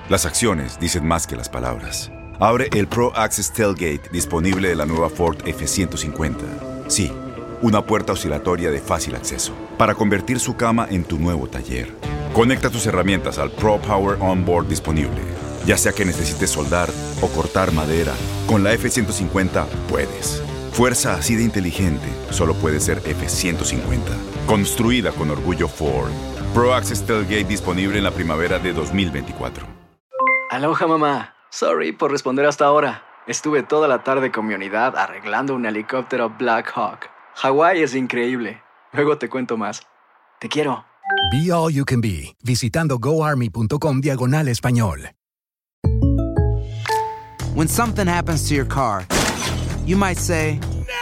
Las acciones dicen más que las palabras. Abre el Pro Access Tailgate disponible de la nueva Ford F-150. Sí, una puerta oscilatoria de fácil acceso para convertir su cama en tu nuevo taller. Conecta tus herramientas al Pro Power Onboard disponible. Ya sea que necesites soldar o cortar madera, con la F-150 puedes. Fuerza así de inteligente solo puede ser F-150. Construida con orgullo Ford. Pro Access Tailgate disponible en la primavera de 2024. Aloha, mamá. Sorry por responder hasta ahora. Estuve toda la tarde con mi unidad arreglando un helicóptero Black Hawk. Hawái es increíble. Luego te cuento más. Te quiero. Be All You Can Be, visitando goarmy.com/español. When something happens to your car, you might say,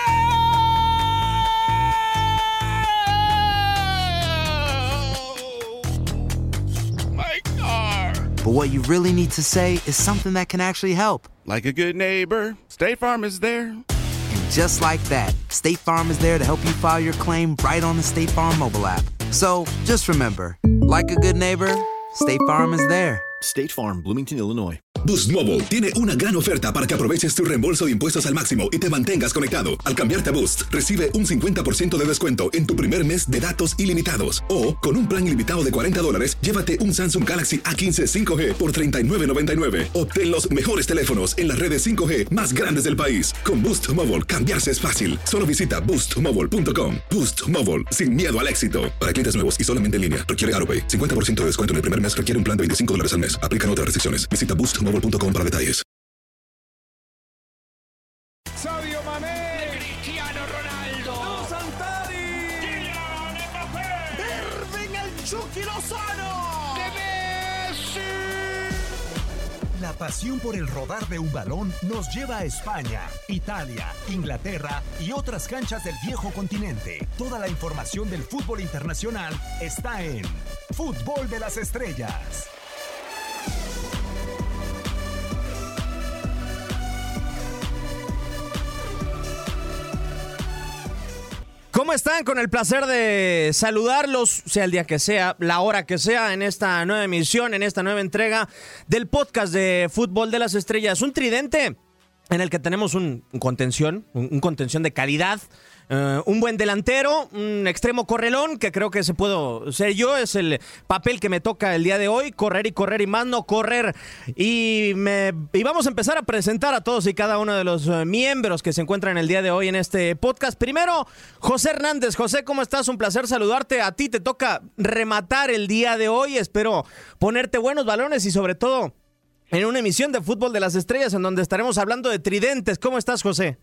My car! but what you really need to say is something that can actually help. Like a good neighbor, State Farm is there. And just like that, State Farm is there to help you file your claim right on the State Farm mobile app. So just remember, like a good neighbor, State Farm is there. State Farm, Bloomington, Illinois. Boost Mobile tiene una gran oferta para que aproveches tu reembolso de impuestos al máximo y te mantengas conectado. Al cambiarte a Boost, recibe un 50% de descuento en tu primer mes de datos ilimitados. O, con un plan ilimitado de $40, llévate un Samsung Galaxy A15 5G por $39.99. Obtén los mejores teléfonos en las redes 5G más grandes del país. Con Boost Mobile, cambiarse es fácil. Solo visita boostmobile.com. Boost Mobile, sin miedo al éxito. Para clientes nuevos y solamente en línea, requiere AutoPay. 50% de descuento en el primer mes requiere un plan de $25 al mes. Aplican otras restricciones. Visita boostmobile.com para detalles. Sadio Mané, Cristiano Ronaldo, Santari, Kylian Mbappé, Irving el Chucky Lozano, de Messi. La pasión por el rodar de un balón nos lleva a España, Italia, Inglaterra y otras canchas del viejo continente. Toda la información del fútbol internacional está en Fútbol de las Estrellas. ¿Cómo están? Con el placer de saludarlos, sea el día que sea, la hora que sea, en esta nueva emisión, en esta nueva entrega del podcast de Fútbol de las Estrellas. Un tridente en el que tenemos un contención de calidad, un buen delantero, un extremo correlón, que creo que ese puedo ser yo, es el papel que me toca el día de hoy, correr y más no correr. Y vamos a empezar a presentar a todos y cada uno de los miembros que se encuentran el día de hoy en este podcast. Primero, José Hernández. José, ¿cómo estás? Un placer saludarte. A ti te toca rematar el día de hoy. Espero ponerte buenos balones y sobre todo en una emisión de Fútbol de las Estrellas en donde estaremos hablando de tridentes. ¿Cómo estás, José?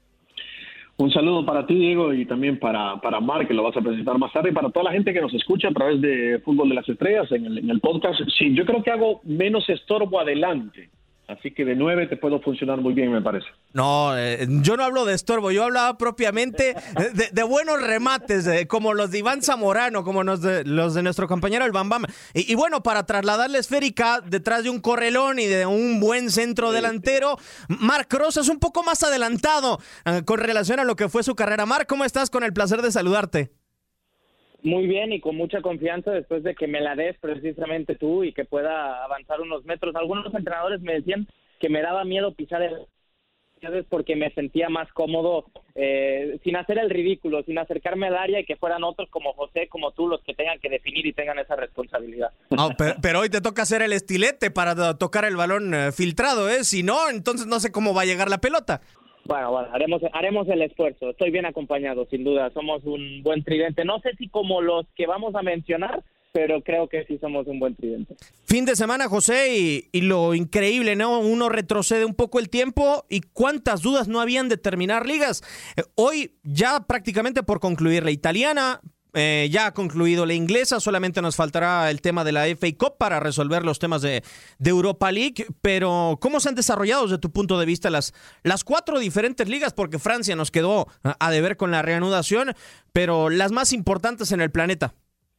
Un saludo para ti, Diego, y también para Marc, que lo vas a presentar más tarde, y para toda la gente que nos escucha a través de Fútbol de las Estrellas en el podcast. Sí, yo creo que hago menos estorbo adelante, así que de 9 te puedo funcionar muy bien, me parece. No, yo no hablo de estorbo, yo hablaba propiamente de buenos remates, como los de Iván Zamorano, como los de nuestro compañero el Bam Bam. Y bueno, para trasladar la esférica detrás de un correlón y de un buen centro delantero, Marc Rosas un poco más adelantado con relación a lo que fue su carrera. Marc, ¿cómo estás? Con el placer de saludarte. Muy bien y con mucha confianza después de que me la des precisamente tú y que pueda avanzar unos metros. Algunos entrenadores me decían que me daba miedo pisar el porque me sentía más cómodo sin hacer el ridículo, sin acercarme al área y que fueran otros como José, como tú, los que tengan que definir y tengan esa responsabilidad. Oh, pero hoy te toca hacer el estilete para tocar el balón filtrado, ¿eh? Si no, entonces no sé cómo va a llegar la pelota. Bueno, haremos el esfuerzo. Estoy bien acompañado, sin duda. Somos un buen tridente. No sé si como los que vamos a mencionar, pero creo que sí somos un buen tridente. Fin de semana, José, y lo increíble, ¿no? Uno retrocede un poco el tiempo y cuántas dudas no habían de terminar ligas. Hoy ya prácticamente por concluir la italiana, ya ha concluido la inglesa, solamente nos faltará el tema de la FA Cup para resolver los temas de Europa League, pero ¿cómo se han desarrollado desde tu punto de vista las 4 diferentes ligas? Porque Francia nos quedó a deber con la reanudación, pero las más importantes en el planeta.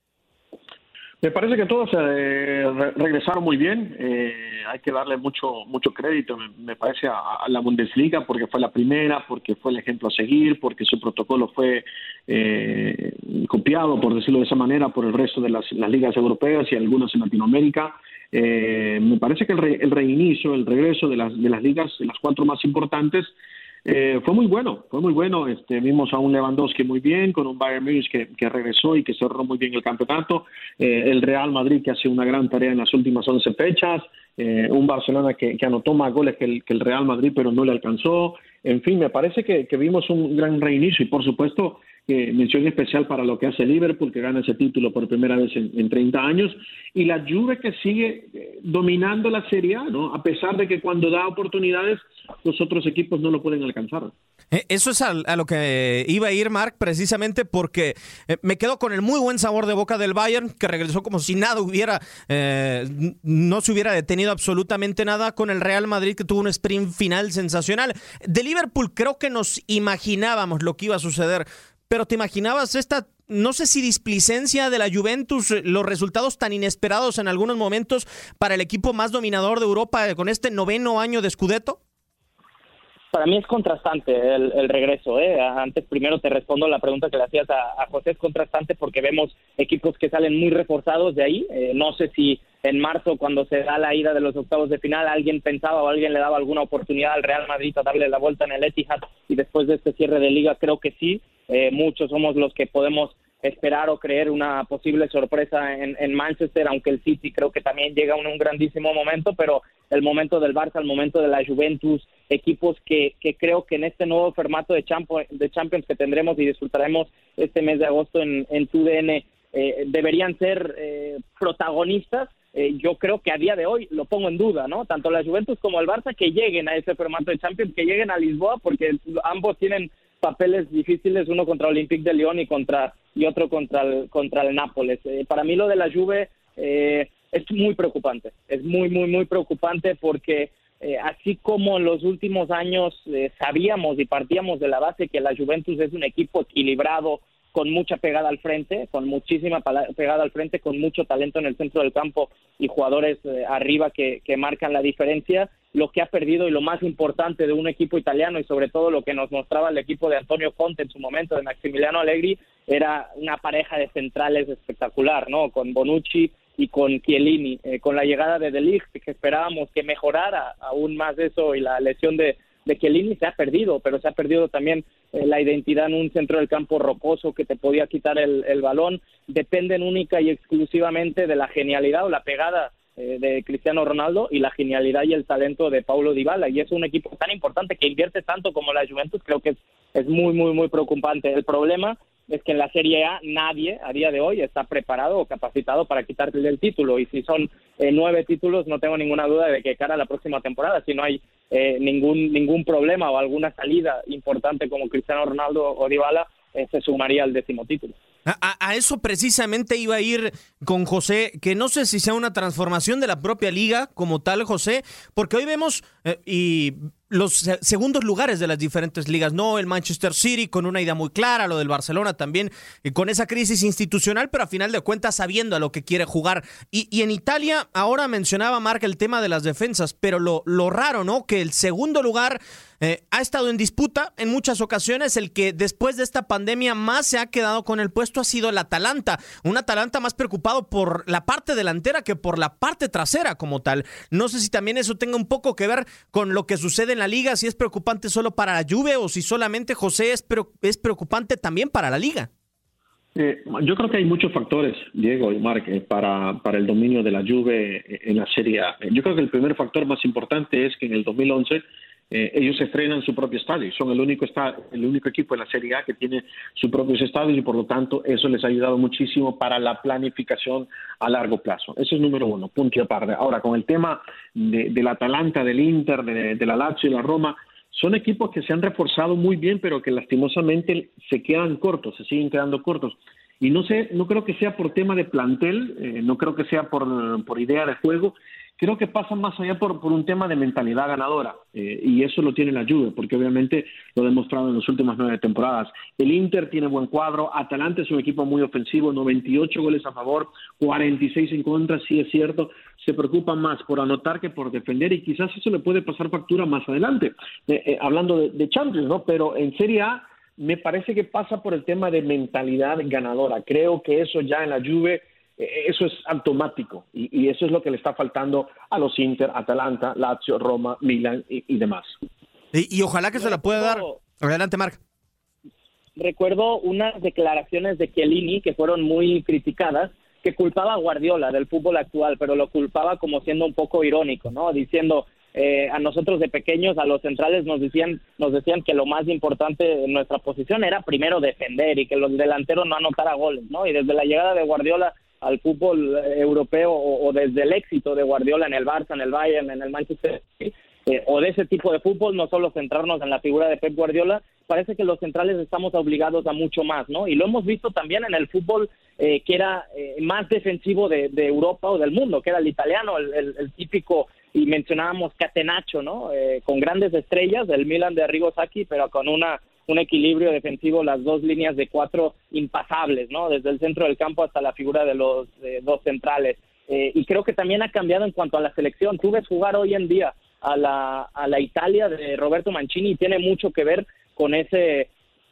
Me parece que todas regresaron muy bien. Hay que darle mucho crédito, me parece, a la Bundesliga, porque fue la primera, porque fue el ejemplo a seguir, porque su protocolo fue copiado, por decirlo de esa manera, por el resto de las ligas europeas y algunas en Latinoamérica. Me parece que el reinicio, el regreso de las ligas, las 4 más importantes, fue muy bueno. Vimos a un Lewandowski muy bien, con un Bayern Múnich que regresó y que cerró muy bien el campeonato, el Real Madrid que hace una gran tarea en las últimas 11 fechas, un Barcelona que anotó más goles que el Real Madrid pero no le alcanzó. En fin, me parece que vimos un gran reinicio y por supuesto mención especial para lo que hace Liverpool, que gana ese título por primera vez en 30 años, y la Juve que sigue dominando la Serie A, ¿no? A pesar de que cuando da oportunidades los otros equipos no lo pueden alcanzar. Eso es a lo que iba a ir, Marc, precisamente porque me quedo con el muy buen sabor de boca del Bayern, que regresó como si nada no se hubiera detenido absolutamente nada, con el Real Madrid, que tuvo un sprint final sensacional. De Liverpool creo que nos imaginábamos lo que iba a suceder, pero ¿te imaginabas esta, no sé si displicencia de la Juventus, los resultados tan inesperados en algunos momentos para el equipo más dominador de Europa con este 9º año de Scudetto? Para mí es contrastante el regreso. Antes, primero te respondo la pregunta que le hacías a José. Es contrastante porque vemos equipos que salen muy reforzados de ahí. No sé si en marzo, cuando se da la ida de los octavos de final, alguien pensaba o alguien le daba alguna oportunidad al Real Madrid a darle la vuelta en el Etihad, y después de este cierre de liga creo que sí. Muchos somos los que podemos esperar o creer una posible sorpresa en Manchester, aunque el City creo que también llega en un grandísimo momento, pero el momento del Barça, el momento de la Juventus, equipos que creo que en este nuevo formato de Champions que tendremos y disfrutaremos este mes de agosto en TUDN, deberían ser protagonistas. Yo creo que a día de hoy lo pongo en duda, ¿no? Tanto la Juventus como el Barça, que lleguen a ese formato de Champions, que lleguen a Lisboa, porque ambos tienen papeles difíciles, uno contra Olympique de Lyon y otro contra el Nápoles. Para mí lo de la Juve es muy preocupante, es muy, muy, muy preocupante porque así como en los últimos años sabíamos y partíamos de la base que la Juventus es un equipo equilibrado, con mucha pegada al frente, con muchísima pegada al frente, con mucho talento en el centro del campo y jugadores arriba que marcan la diferencia. Lo que ha perdido y lo más importante de un equipo italiano, y sobre todo lo que nos mostraba el equipo de Antonio Conte en su momento, de Maximiliano Allegri, era una pareja de centrales espectacular, ¿no? Con Bonucci y con Chiellini. Con la llegada de De Ligt, que esperábamos que mejorara aún más eso, y la lesión de Chiellini, se ha perdido, pero se ha perdido también la identidad en un centro del campo rocoso que te podía quitar el balón. Dependen única y exclusivamente de la genialidad o la pegada de Cristiano Ronaldo y la genialidad y el talento de Paulo Dybala, y es un equipo tan importante que invierte tanto como la Juventus. Creo que es muy, muy, muy preocupante. El problema es que en la Serie A nadie a día de hoy está preparado o capacitado para quitarle el título, y si son 9 títulos, no tengo ninguna duda de que cara a la próxima temporada, si no hay ningún problema o alguna salida importante como Cristiano Ronaldo o Dybala, se sumaría al 10º título. A eso precisamente iba a ir con José, que no sé si sea una transformación de la propia liga como tal, José, porque hoy vemos y los segundos lugares de las diferentes ligas, ¿no? El Manchester City con una idea muy clara, lo del Barcelona también, con esa crisis institucional, pero a final de cuentas sabiendo a lo que quiere jugar. Y en Italia, ahora mencionaba Marc el tema de las defensas, pero lo raro, ¿no? Que el segundo lugar ha estado en disputa en muchas ocasiones. El que después de esta pandemia más se ha quedado con el puesto ha sido el Atalanta. Un Atalanta más preocupado por la parte delantera que por la parte trasera como tal. No sé si también eso tenga un poco que ver con lo que sucede en la liga, si es preocupante solo para la Juve o si solamente, José, es preocupante también para la liga. Yo creo que hay muchos factores, Diego y Marc, para el dominio de la Juve en la Serie A. Yo creo que el primer factor más importante es que en el 2011 ellos estrenan su propio estadio. Son el único equipo en la Serie A que tiene sus propios estadios, y por lo tanto eso les ha ayudado muchísimo para la planificación a largo plazo. Eso es número uno, punto y aparte. Ahora, con el tema del Atalanta, del Inter, de la Lazio y la Roma, son equipos que se han reforzado muy bien, pero que lastimosamente se quedan cortos, se siguen quedando cortos. Y no creo que sea por tema de plantel, no creo que sea por idea de juego. Creo que pasa más allá por un tema de mentalidad ganadora, y eso lo tiene la Juve, porque obviamente lo ha demostrado en las últimas 9 temporadas. El Inter tiene buen cuadro, Atalanta es un equipo muy ofensivo, 98 goles a favor, 46 en contra, sí es cierto, se preocupan más por anotar que por defender, y quizás eso le puede pasar factura más adelante, hablando de Champions, ¿no? Pero en Serie A me parece que pasa por el tema de mentalidad ganadora. Creo que eso ya en la Juve eso es automático y eso es lo que le está faltando a los Inter, Atalanta, Lazio, Roma, Milan y demás. Y ojalá que se la pueda dar. Adelante, Marc. Recuerdo unas declaraciones de Chiellini que fueron muy criticadas, que culpaba a Guardiola del fútbol actual, pero lo culpaba como siendo un poco irónico, ¿no? Diciendo, a nosotros de pequeños, a los centrales nos decían que lo más importante en nuestra posición era primero defender y que los delanteros no anotara goles, ¿no? Y desde la llegada de Guardiola al fútbol europeo o desde el éxito de Guardiola en el Barça, en el Bayern, en el Manchester City, o de ese tipo de fútbol, no solo centrarnos en la figura de Pep Guardiola, parece que los centrales estamos obligados a mucho más, ¿no? Y lo hemos visto también en el fútbol que era más defensivo de Europa o del mundo, que era el italiano, el típico, y mencionábamos Catenaccio, ¿no? Con grandes estrellas del Milan de Arrigo Sacchi, pero con un equilibrio defensivo, las dos líneas de 4 impasables, ¿no? Desde el centro del campo hasta la figura de los dos centrales. Y creo que también ha cambiado en cuanto a la selección. Tú ves jugar hoy en día a la Italia de Roberto Mancini y tiene mucho que ver con ese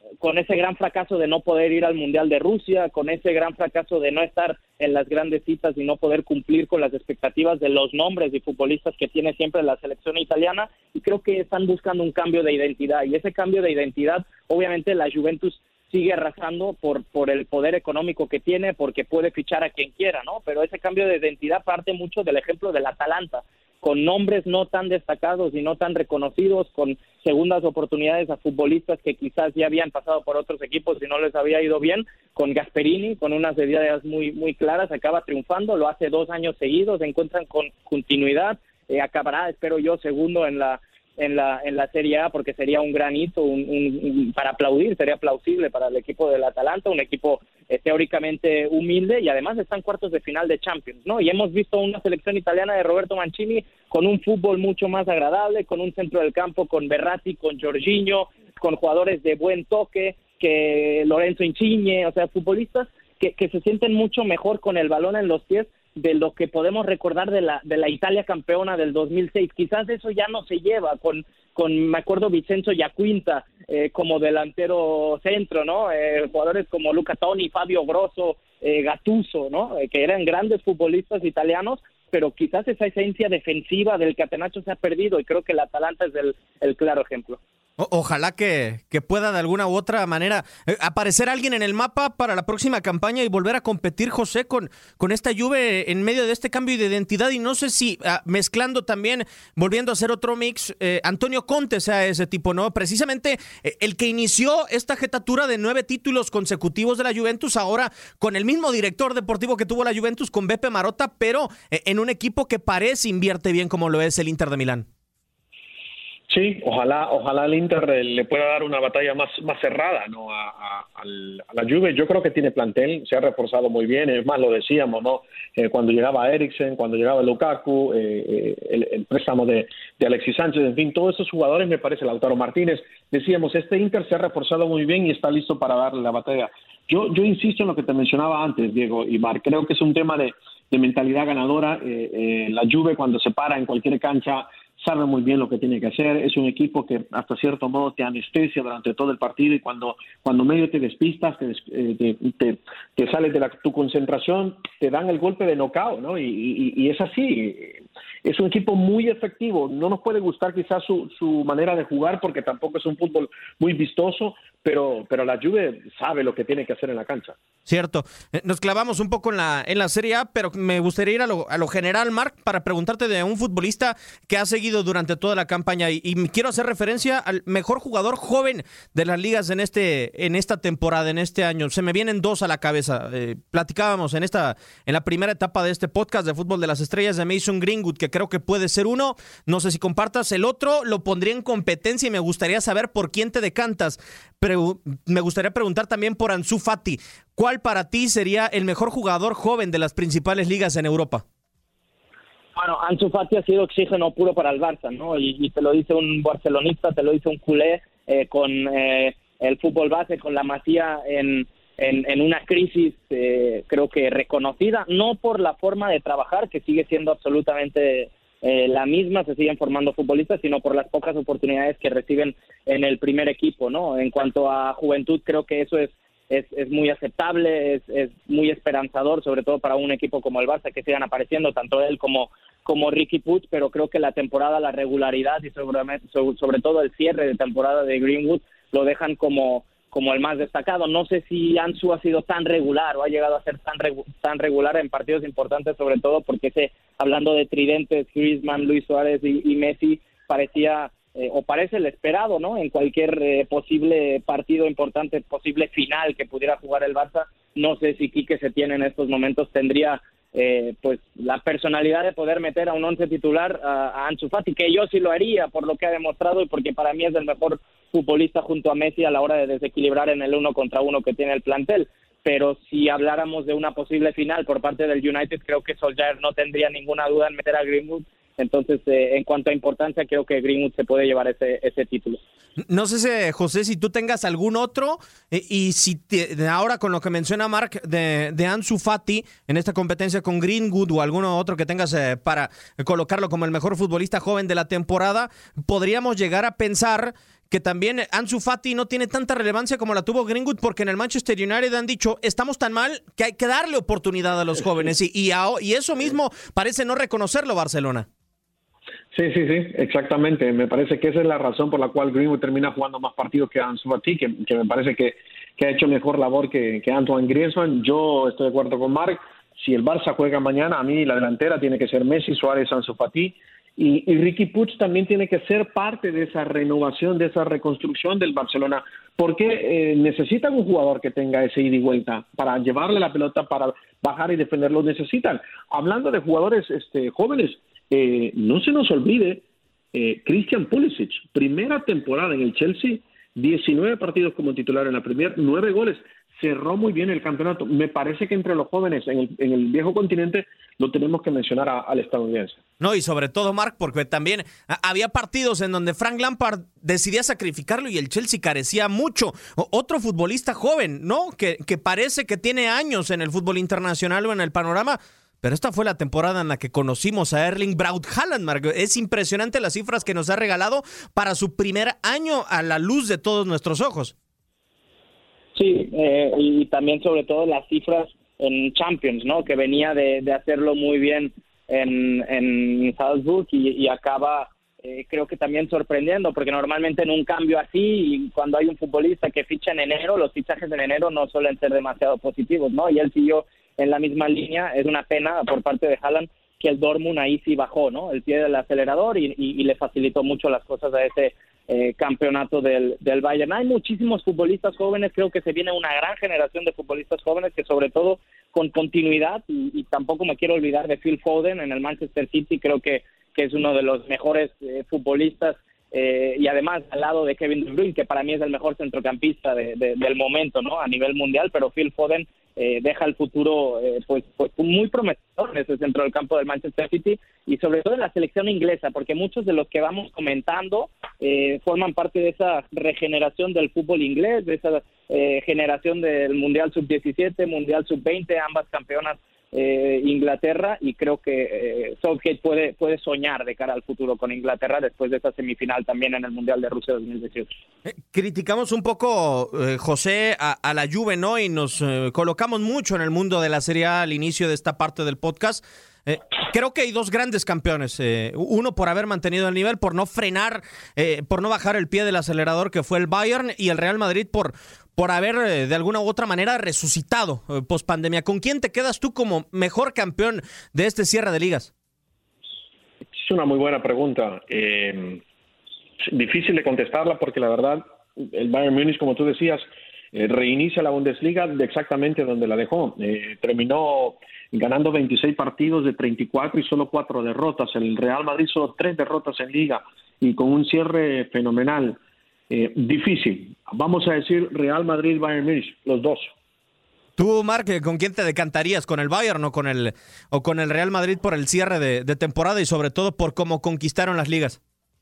gran fracaso de no poder ir al Mundial de Rusia, con ese gran fracaso de no estar en las grandes citas y no poder cumplir con las expectativas de los nombres y futbolistas que tiene siempre la selección italiana, y creo que están buscando un cambio de identidad, y ese cambio de identidad, obviamente la Juventus sigue arrasando por el poder económico que tiene, porque puede fichar a quien quiera, ¿no? Pero ese cambio de identidad parte mucho del ejemplo del Atalanta, con nombres no tan destacados y no tan reconocidos, con segundas oportunidades a futbolistas que quizás ya habían pasado por otros equipos y no les había ido bien, con Gasperini, con unas ideas muy, muy claras, acaba triunfando, lo hace 2 años seguidos, se encuentran con continuidad, acabará, espero yo, segundo en la Serie A, porque sería un gran hito, para aplaudir, sería plausible para el equipo del Atalanta, un equipo teóricamente humilde, y además está en cuartos de final de Champions, ¿no? Y hemos visto una selección italiana de Roberto Mancini con un fútbol mucho más agradable, con un centro del campo, con Verratti, con Jorginho, con jugadores de buen toque, que Lorenzo Insigne, o sea, futbolistas que se sienten mucho mejor con el balón en los pies de lo que podemos recordar de la Italia campeona del 2006. Quizás eso ya no se lleva con me acuerdo, Vincenzo Giaquinta como delantero centro, ¿no? Jugadores como Luca Toni, Fabio Grosso, Gattuso, ¿no? Que eran grandes futbolistas italianos, pero quizás esa esencia defensiva del Catenaccio se ha perdido, y creo que el Atalanta es el claro ejemplo. Ojalá que pueda de alguna u otra manera aparecer alguien en el mapa para la próxima campaña y volver a competir, José, con esta Juve en medio de este cambio de identidad. Y no sé si mezclando también, volviendo a hacer otro mix, Antonio Conte sea ese tipo, ¿no? Precisamente el que inició esta jetatura de 9 títulos consecutivos de la Juventus, ahora con el mismo director deportivo que tuvo la Juventus, con Beppe Marotta, pero en un equipo que parece invierte bien como lo es el Inter de Milán. Sí, ojalá el Inter le pueda dar una batalla más cerrada, ¿no? a la Juve. Yo creo que tiene plantel, se ha reforzado muy bien, es más, lo decíamos, ¿no? Cuando llegaba Eriksen, cuando llegaba Lukaku, el préstamo de Alexis Sánchez, en fin, todos esos jugadores, me parece, Lautaro Martínez, decíamos, este Inter se ha reforzado muy bien y está listo para darle la batalla. Yo insisto en lo que te mencionaba antes, Diego y Marc, creo que es un tema de mentalidad ganadora. La Juve, cuando se para en cualquier cancha, sabe muy bien lo que tiene que hacer. Es un equipo que hasta cierto modo te anestesia durante todo el partido, y cuando medio te despistas, te sales de tu concentración, te dan el golpe de knockout, ¿no? Y es así. Es un equipo muy efectivo. No nos puede gustar quizás su manera de jugar, porque tampoco es un fútbol muy vistoso, pero la Juve sabe lo que tiene que hacer en la cancha. Cierto. Nos clavamos un poco en la Serie A, pero me gustaría ir a lo general, Marc, para preguntarte de un futbolista que ha seguido durante toda la campaña, y quiero hacer referencia al mejor jugador joven de las ligas en esta temporada, en este año. Se me vienen 2 a la cabeza. Platicábamos en la primera etapa de este podcast de Fútbol de las Estrellas de Mason Greenwood, que creo que puede ser uno. No sé si compartas. El otro lo pondría en competencia y me gustaría saber por quién te decantas. Pero me gustaría preguntar también por Ansu Fati. ¿Cuál para ti sería el mejor jugador joven de las principales ligas en Europa? Bueno, Ansu Fati ha sido oxígeno puro para el Barça, ¿no? Y te lo dice un barcelonista, te lo dice un culé, con el fútbol base, con la Masía en una crisis, creo que reconocida, no por la forma de trabajar, que sigue siendo absolutamente la misma, se siguen formando futbolistas, sino por las pocas oportunidades que reciben en el primer equipo, ¿no? En cuanto a juventud, creo que eso es es muy aceptable, es muy esperanzador, sobre todo para un equipo como el Barça, que sigan apareciendo tanto él como Riqui Puig, pero creo que la temporada, la regularidad y sobre todo el cierre de temporada de Greenwood lo dejan como el más destacado. No sé si Ansu ha sido tan regular o ha llegado a ser tan regular en partidos importantes, sobre todo porque hablando de tridentes, Griezmann, Luis Suárez y Messi, parecía o parece el esperado, ¿no? En cualquier posible partido importante, posible final que pudiera jugar el Barça. No sé si Quique Setién en estos momentos tendría pues la personalidad de poder meter a un once titular a Ansu Fati, que yo sí lo haría por lo que ha demostrado y porque para mí es el mejor futbolista junto a Messi a la hora de desequilibrar en el 1 contra 1 que tiene el plantel. Pero si habláramos de una posible final por parte del United, creo que Solskjaer no tendría ninguna duda en meter a Greenwood. Entonces, en cuanto a importancia, creo que Greenwood se puede llevar ese título. No sé, José, si tú tengas algún otro, y si ahora con lo que menciona Marc de Ansu Fati en esta competencia con Greenwood o alguno otro que tengas para colocarlo como el mejor futbolista joven de la temporada, podríamos llegar a pensar que también Ansu Fati no tiene tanta relevancia como la tuvo Greenwood, porque en el Manchester United han dicho, estamos tan mal que hay que darle oportunidad a los jóvenes, y eso mismo parece no reconocerlo Barcelona. Sí, exactamente. Me parece que esa es la razón por la cual Greenwood termina jugando más partidos que Ansu Fati, que me parece que ha hecho mejor labor que Antoine Griezmann. Yo estoy de acuerdo con Marc. Si el Barça juega mañana, a mí la delantera tiene que ser Messi, Suárez, Ansu Fati. Y Riqui Puig también tiene que ser parte de esa renovación, de esa reconstrucción del Barcelona, porque necesitan un jugador que tenga ese ida y vuelta para llevarle la pelota, para bajar y defenderlo. Necesitan. Hablando de jugadores jóvenes, no se nos olvide Christian Pulisic, primera temporada en el Chelsea, 19 partidos como titular en la Premier, 9 goles, cerró muy bien el campeonato. Me parece que entre los jóvenes en el viejo continente lo tenemos que mencionar al estadounidense. No, y sobre todo, Marc, porque también había partidos en donde Frank Lampard decidía sacrificarlo y el Chelsea carecía mucho. Otro futbolista joven, ¿no? Que parece que tiene años en el fútbol internacional o en el panorama. Pero esta fue la temporada en la que conocimos a Erling Braut Haaland, Marc. Es impresionante las cifras que nos ha regalado para su primer año a la luz de todos nuestros ojos. Sí, y también sobre todo las cifras en Champions, ¿no? Que venía de hacerlo muy bien en Salzburg y acaba, creo que también sorprendiendo, porque normalmente en un cambio así, y cuando hay un futbolista que ficha en enero, los fichajes en enero no suelen ser demasiado positivos, ¿no? Y él siguió en la misma línea. Es una pena por parte de Haaland que el Dortmund ahí sí bajó, ¿no? El pie del acelerador y le facilitó mucho las cosas a ese campeonato del Bayern. Hay muchísimos futbolistas jóvenes, creo que se viene una gran generación de futbolistas jóvenes que sobre todo con continuidad, y tampoco me quiero olvidar de Phil Foden en el Manchester City. Creo que es uno de los mejores futbolistas, y además al lado de Kevin De Bruyne, que para mí es el mejor centrocampista del momento, ¿no? A nivel mundial, pero Phil Foden deja el futuro pues muy prometedor en ese centro del campo del Manchester City, y sobre todo en la selección inglesa, porque muchos de los que vamos comentando forman parte de esa regeneración del fútbol inglés, de esa generación del Mundial Sub-17, Mundial Sub-20, ambas campeonas Inglaterra, y creo que Southgate puede soñar de cara al futuro con Inglaterra después de esa semifinal también en el Mundial de Rusia 2018. Criticamos un poco, José, a la Juve, ¿no? Y nos colocamos mucho en el mundo de la Serie A al inicio de esta parte del podcast. Creo que hay dos grandes campeones, uno por haber mantenido el nivel, por no frenar, por no bajar el pie del acelerador, que fue el Bayern, y el Real Madrid por haber de alguna u otra manera resucitado post pandemia. ¿Con quién te quedas tú como mejor campeón de este cierre de ligas? Es una muy buena pregunta, difícil de contestarla, porque la verdad el Bayern Múnich, como tú decías, reinicia la Bundesliga de exactamente donde la dejó. Terminó ganando 26 partidos de 34 y solo 4 derrotas. El Real Madrid solo 3 derrotas en Liga y con un cierre fenomenal. Difícil. Vamos a decir Real Madrid, Bayern Múnich, los dos. Tú, Marc, ¿con quién te decantarías? ¿Con el Bayern o con el Real Madrid por el cierre de temporada y sobre todo por cómo conquistaron las ligas?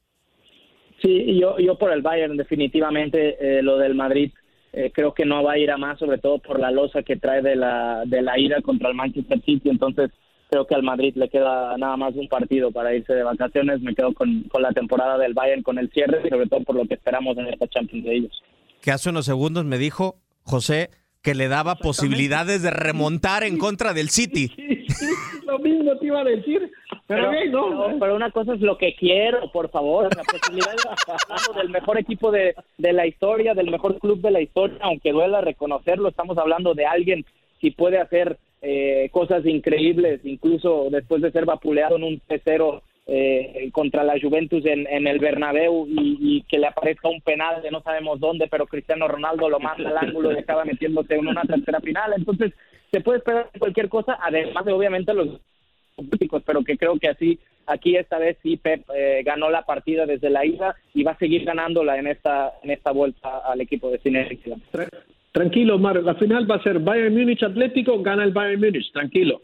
Sí, yo por el Bayern definitivamente. Lo del Madrid creo que no va a ir a más, sobre todo por la losa que trae de la ida contra el Manchester City. Entonces creo que al Madrid le queda nada más un partido para irse de vacaciones. Me quedo con la temporada del Bayern, con el cierre, y sobre todo por lo que esperamos en esta Champions de ellos. Que hace unos segundos me dijo, José, que le daba posibilidades de remontar en contra del City. Sí, lo mismo te iba a decir. Pero una cosa es lo que quiero, por favor. La posibilidad del mejor equipo de la historia, del mejor club de la historia, aunque duela reconocerlo, estamos hablando de alguien que puede hacer cosas increíbles, incluso después de ser vapuleado en un 3-0 contra la Juventus en el Bernabéu y que le aparezca un penal de no sabemos dónde, pero Cristiano Ronaldo lo manda al ángulo y acaba metiéndose en una tercera final. Entonces se puede esperar cualquier cosa, además de obviamente los políticos, pero que creo que aquí esta vez sí Pep ganó la partida desde la ida y va a seguir ganándola en esta vuelta al equipo de Zinedine. Tranquilo, Mar, la final va a ser Bayern Múnich Atlético, gana el Bayern Múnich, tranquilo.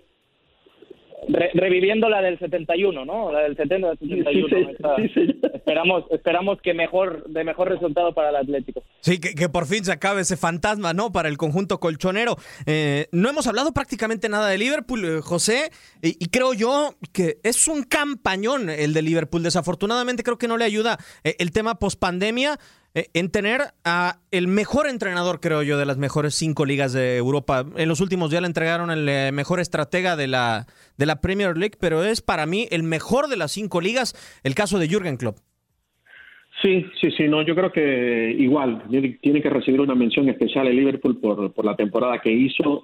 Reviviendo la del 71, ¿no? La del 70, 71. Sí. Esperamos que de mejor resultado para el Atlético. Sí, que por fin se acabe ese fantasma, ¿no? Para el conjunto colchonero. No hemos hablado prácticamente nada de Liverpool, José, y creo yo que es un campañón el de Liverpool. Desafortunadamente creo que no le ayuda el tema pospandemia en tener a el mejor entrenador, creo yo, de las mejores 5 ligas de Europa. En los últimos días le entregaron el mejor estratega de la Premier League, pero es para mí el mejor de las 5 ligas, el caso de Jürgen Klopp. Sí, no, yo creo que igual tiene que recibir una mención especial el Liverpool por la temporada que hizo.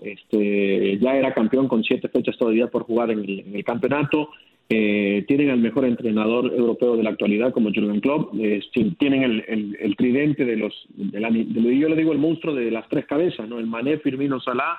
Ya era campeón con 7 fechas todavía por jugar en el campeonato. Tienen al mejor entrenador europeo de la actualidad como Jürgen Klopp. Tienen el tridente yo le digo el monstruo de las 3 cabezas, ¿no? El Mané, Firmino, Salah,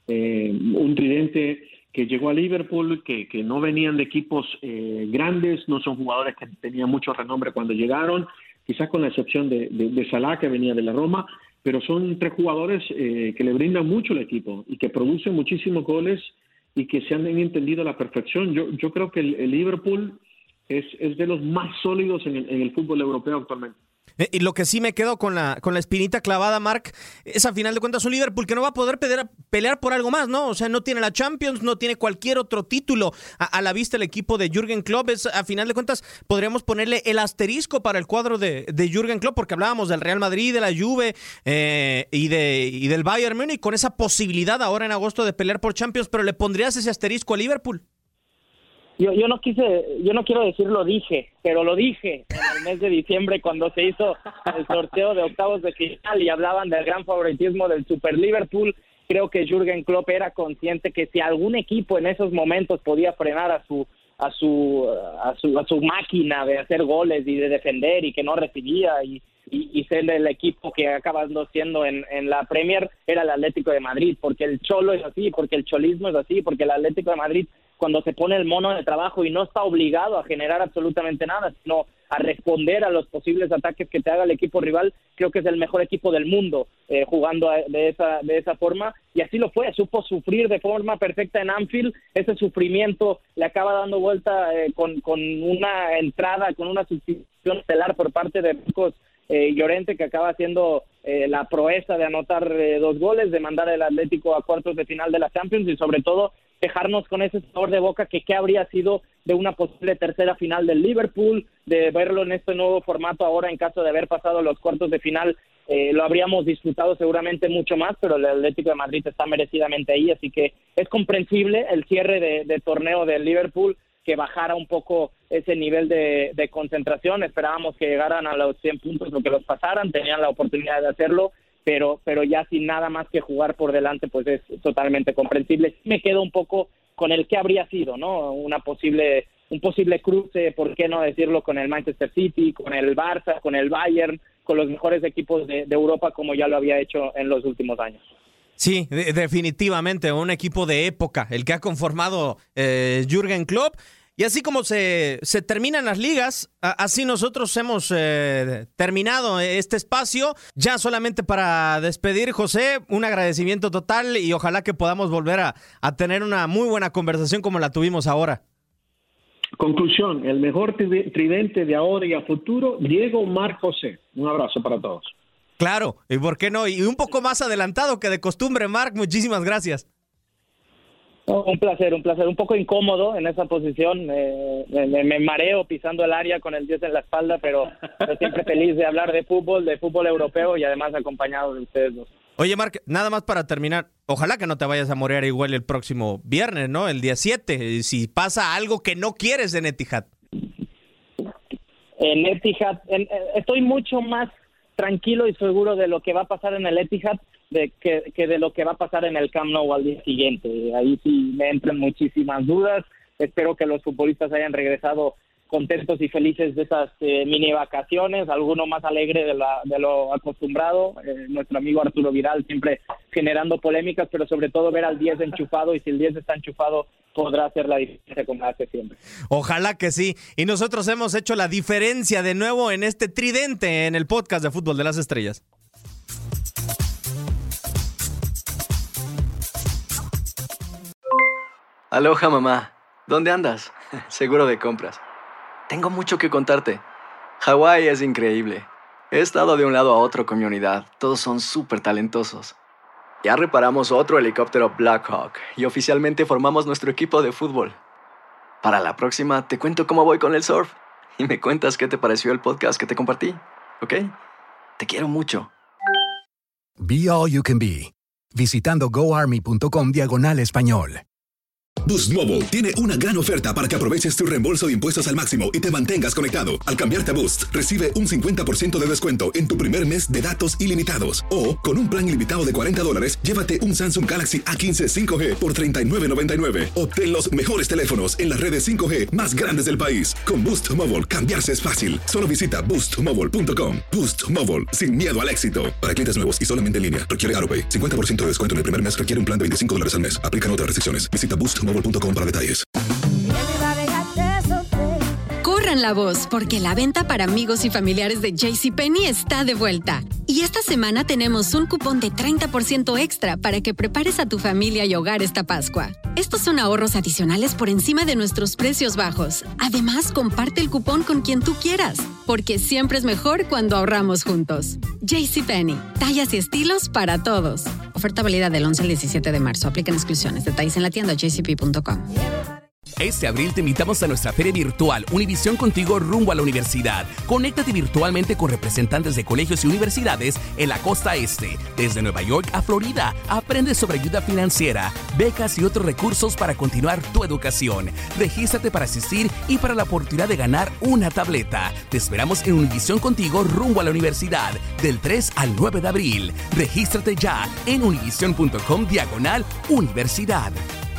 un tridente que llegó a Liverpool, que no venían de equipos grandes, no son jugadores que tenían mucho renombre cuando llegaron, quizás con la excepción de Salah, que venía de la Roma, pero son 3 jugadores que le brindan mucho al equipo y que producen muchísimos goles y que se han entendido a la perfección. Yo creo que el Liverpool es de los más sólidos en el fútbol europeo actualmente. Y lo que sí me quedo con la espinita clavada, Marc, es a final de cuentas un Liverpool que no va a poder pelear por algo más, ¿no? O sea, no tiene la Champions, no tiene cualquier otro título a la vista el equipo de Jürgen Klopp. A final de cuentas podríamos ponerle el asterisco para el cuadro de Jürgen Klopp, porque hablábamos del Real Madrid, de la Juve y del Bayern Múnich, con esa posibilidad ahora en agosto de pelear por Champions, pero ¿le pondrías ese asterisco a Liverpool? Yo no quiero decir lo dije, pero lo dije en el mes de diciembre cuando se hizo el sorteo de octavos de final y hablaban del gran favoritismo del Super Liverpool. Creo que Jürgen Klopp era consciente que si algún equipo en esos momentos podía frenar a su máquina de hacer goles y de defender y que no recibía y ser el equipo que acabando siendo en la Premier, era el Atlético de Madrid, porque el Cholo es así, porque el cholismo es así, porque el Atlético de Madrid, cuando se pone el mono de trabajo y no está obligado a generar absolutamente nada, sino a responder a los posibles ataques que te haga el equipo rival, creo que es el mejor equipo del mundo jugando de esa forma, y así lo fue. Supo sufrir de forma perfecta en Anfield. Ese sufrimiento le acaba dando vuelta con una entrada, con una sustitución estelar por parte de Marcos Llorente, que acaba haciendo la proeza de anotar 2 goles, de mandar el Atlético a cuartos de final de la Champions y sobre todo dejarnos con ese sabor de boca que qué habría sido de una posible tercera final del Liverpool, de verlo en este nuevo formato ahora en caso de haber pasado los cuartos de final. Lo habríamos disfrutado seguramente mucho más, pero el Atlético de Madrid está merecidamente ahí, así que es comprensible el cierre de torneo del Liverpool, que bajara un poco ese nivel de concentración. Esperábamos que llegaran a los 100 puntos o que los pasaran, tenían la oportunidad de hacerlo, pero ya sin nada más que jugar por delante, pues es totalmente comprensible. Me quedo un poco con el que habría sido, ¿no? Un posible cruce, ¿por qué no decirlo?, con el Manchester City, con el Barça, con el Bayern, con los mejores equipos de Europa, como ya lo había hecho en los últimos años. Sí, definitivamente, un equipo de época, el que ha conformado Jürgen Klopp. Y así como se terminan las ligas, así nosotros hemos terminado este espacio. Ya solamente para despedir, José, un agradecimiento total y ojalá que podamos volver a tener una muy buena conversación como la tuvimos ahora. Conclusión, el mejor tridente de ahora y a futuro, Diego, Marc, José. Un abrazo para todos. Claro, y por qué no, y un poco más adelantado que de costumbre, Marc, muchísimas gracias. Un placer, un poco incómodo en esa posición, me mareo pisando el área con el 10 en la espalda, pero siempre feliz de hablar de fútbol europeo y además acompañado de ustedes dos. Oye, Marc, nada más para terminar, ojalá que no te vayas a morir igual el próximo viernes, ¿no? El día 7, si pasa algo que no quieres en Etihad. En Etihad, estoy mucho más tranquilo y seguro de lo que va a pasar en el Etihad que de lo que va a pasar en el Camp Nou al día siguiente. Ahí sí me entran muchísimas dudas. Espero que los futbolistas hayan regresado contentos y felices de esas mini vacaciones, alguno más alegre de lo acostumbrado. Nuestro amigo Arturo Vidal siempre generando polémicas, pero sobre todo ver al 10 enchufado, y si el 10 está enchufado podrá hacer la diferencia como hace siempre. Ojalá que sí, y nosotros hemos hecho la diferencia de nuevo en este tridente en el podcast de Fútbol de las Estrellas. Aloha, mamá. ¿Dónde andas? Seguro de compras. Tengo mucho que contarte. Hawái es increíble. He estado de un lado a otro con mi unidad. Todos son súper talentosos. Ya reparamos otro helicóptero Black Hawk y oficialmente formamos nuestro equipo de fútbol. Para la próxima te cuento cómo voy con el surf y me cuentas qué te pareció el podcast que te compartí, ¿ok? Te quiero mucho. Be All You Can Be. Visitando goarmy.com/español. Boost Mobile tiene una gran oferta para que aproveches tu reembolso de impuestos al máximo y te mantengas conectado. Al cambiarte a Boost, recibe un 50% de descuento en tu primer mes de datos ilimitados. O, con un plan ilimitado de $40, llévate un Samsung Galaxy A15 5G por $39.99. Obtén los mejores teléfonos en las redes 5G más grandes del país. Con Boost Mobile, cambiarse es fácil. Solo visita boostmobile.com. Boost Mobile, sin miedo al éxito. Para clientes nuevos y solamente en línea, requiere AroPay. 50% de descuento en el primer mes requiere un plan de $25 al mes. Aplican otras restricciones. Visita boostmobile.com para detalles. Corran la voz, porque la venta para amigos y familiares de JCPenney está de vuelta. Y esta semana tenemos un cupón de 30% extra para que prepares a tu familia y hogar esta Pascua. Estos son ahorros adicionales por encima de nuestros precios bajos. Además, comparte el cupón con quien tú quieras, porque siempre es mejor cuando ahorramos juntos. JCPenney, tallas y estilos para todos. Oferta válida del 11 al 17 de marzo. Aplican exclusiones. Detalles en la tienda jcp.com. Este abril te invitamos a nuestra feria virtual Univisión Contigo rumbo a la universidad. Conéctate virtualmente con representantes de colegios y universidades en la costa este. Desde Nueva York a Florida, aprende sobre ayuda financiera, becas y otros recursos para continuar tu educación. Regístrate para asistir y para la oportunidad de ganar una tableta. Te esperamos en Univisión Contigo rumbo a la universidad del 3 al 9 de abril. Regístrate ya en univision.com/universidad.